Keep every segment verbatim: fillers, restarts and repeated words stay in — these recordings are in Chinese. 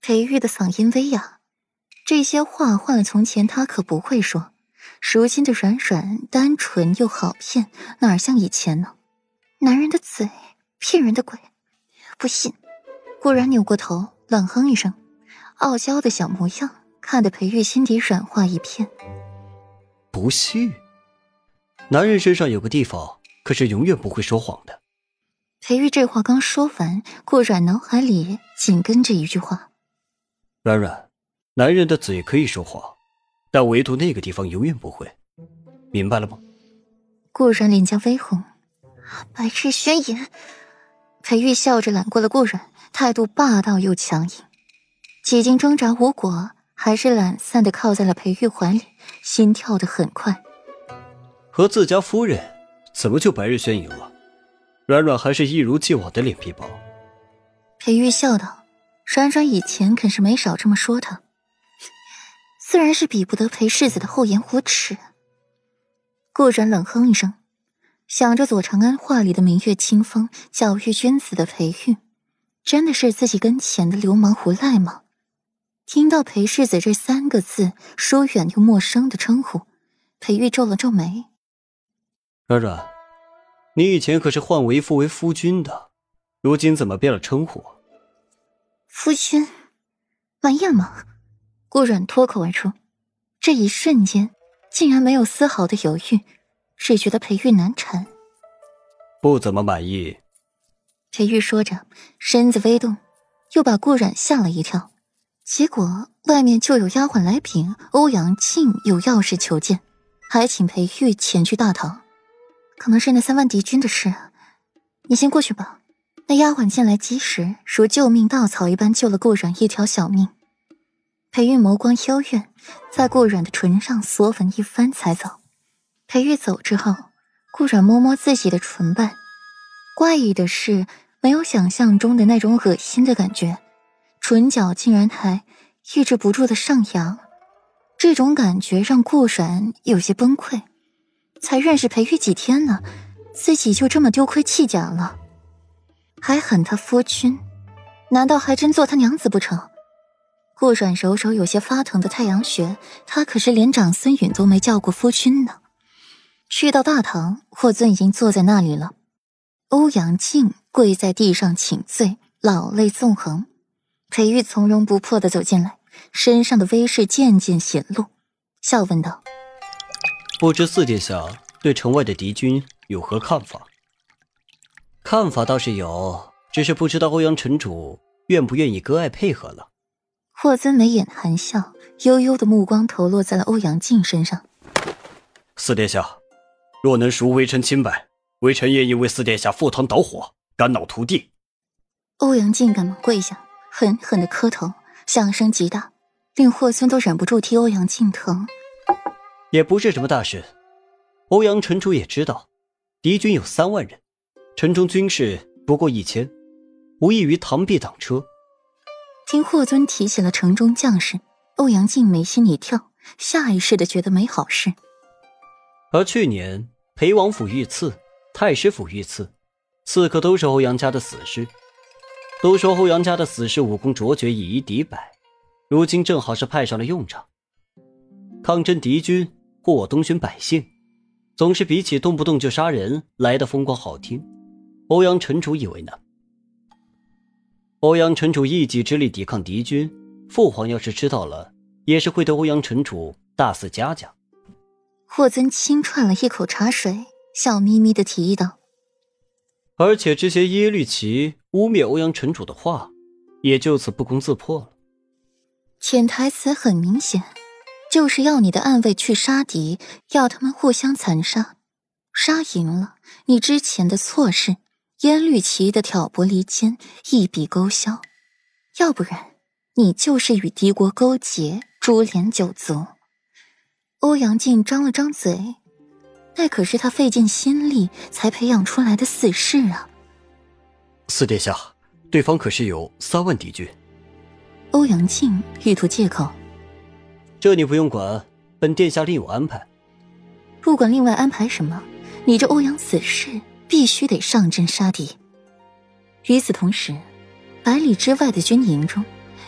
裴玉的嗓音微哑，这些话换了从前他可不会说。如今的软软单纯又好骗，哪像以前呢？男人的嘴，骗人的鬼。不信。顾然扭过头，冷哼一声，傲娇的小模样，看得裴玉心底软化一片。 不信？男人身上有个地方可是永远不会说谎的。 裴玉这话刚说完，顾阮脑海里紧跟着一句话： 软软，男人的嘴可以说谎，但唯独那个地方永远不会，明白了吗？ 顾阮脸颊微红，白痴宣言。裴玉笑着揽过了顾阮，态度霸道又强硬，几经挣扎无果，还是懒散地靠在了裴玉怀里，心跳得很快。 和自家夫人怎么就白日宣淫了？软软还是一如既往的脸皮薄。 裴玉笑道，软软以前可是没少这么说他，自然是比不得裴世子的厚颜无耻。顾阮冷哼一声，想着左长安话里的明月清风教育君子的裴玉，真的是自己跟前的流氓无赖吗？听到裴世子这三个字疏远又陌生的称呼，裴玉皱了皱眉。 软软，你以前可是唤为父为夫君的，如今怎么变了称呼？ 夫君，玩厌吗？顾阮脱口而出，这一瞬间竟然没有丝毫的犹豫，只觉得裴玉难缠。 不怎么满意。 裴玉说着，身子微动，又把顾阮吓了一跳。结果外面就有丫鬟来禀，欧阳靖有要事求见，还请裴玉前去大堂。可能是那三万敌军的事，你先过去吧。那丫鬟进来及时，如救命稻草一般救了顾阮一条小命。裴玉眸光幽怨，在顾阮的唇上索吻一番才走。裴玉走之后，顾阮摸摸自己的唇瓣，怪异的是没有想象中的那种恶心的感觉，唇角竟然还抑制不住的上扬。这种感觉让顾阮有些崩溃。才认识裴玉几天呢，自己就这么丢盔弃甲了，还喊他夫君，难道还真做他娘子不成？顾阮揉揉有些发疼的太阳穴，他可是连长孙允都没叫过夫君呢。去到大堂，霍尊已经坐在那里了。欧阳靖跪在地上请罪，老泪纵横。裴玉从容不迫地走进来，身上的威势渐渐显露，笑问道： 不知四殿下对城外的敌军有何看法？看法倒是有，只是不知道欧阳城主愿不愿意割爱配合了。 霍尊眉眼含笑，悠悠的目光投落在了欧阳靖身上。 四殿下，若能赎微臣清白，微臣愿意为四殿下赴汤蹈火，肝脑涂地。 欧阳靖赶忙跪下，狠狠的磕头，响声极大，令霍尊都忍不住替欧阳靖疼。 也不是什么大事，欧阳城主也知道，敌军有三万人，城中军士不过一千，无异于螳臂挡车。 听霍尊提起了城中将士，欧阳靖眉心一跳，下意识地觉得没好事。 而去年裴王府遇刺，太师府遇刺，刺客都是欧阳家的死士。都说欧阳家的死士武功卓绝，以一敌百，如今正好是派上了用场。抗争敌军，祸东巡百姓，总是比起动不动就杀人来的风光好听。欧阳城主以为呢？欧阳城主一己之力抵抗敌军，父皇要是知道了，也是会对欧阳城主大肆嘉奖。 霍尊轻啜了一口茶水，笑眯眯地提议道： 而且这些耶律齐污蔑欧阳城主的话，也就此不攻自破了。 潜台词很明显，就是要你的暗卫去杀敌，要他们互相残杀。杀赢了，你之前的错事，耶律齐的挑拨离间一笔勾销；要不然，你就是与敌国勾结，株连九族。欧阳靖张了张嘴，那可是他费尽心力才培养出来的死士啊！ 四殿下，对方可是有三万敌军。 欧阳靖欲图借口： 这你不用管，本殿下另有安排。 不管另外安排什么，你这欧阳死士必须得上阵杀敌。与此同时，百里之外的军营中，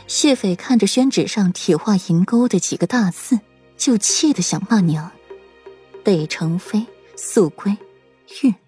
谢斐看着宣纸上铁画银钩的几个大字，就气得想骂娘。北城飞，速归，玉。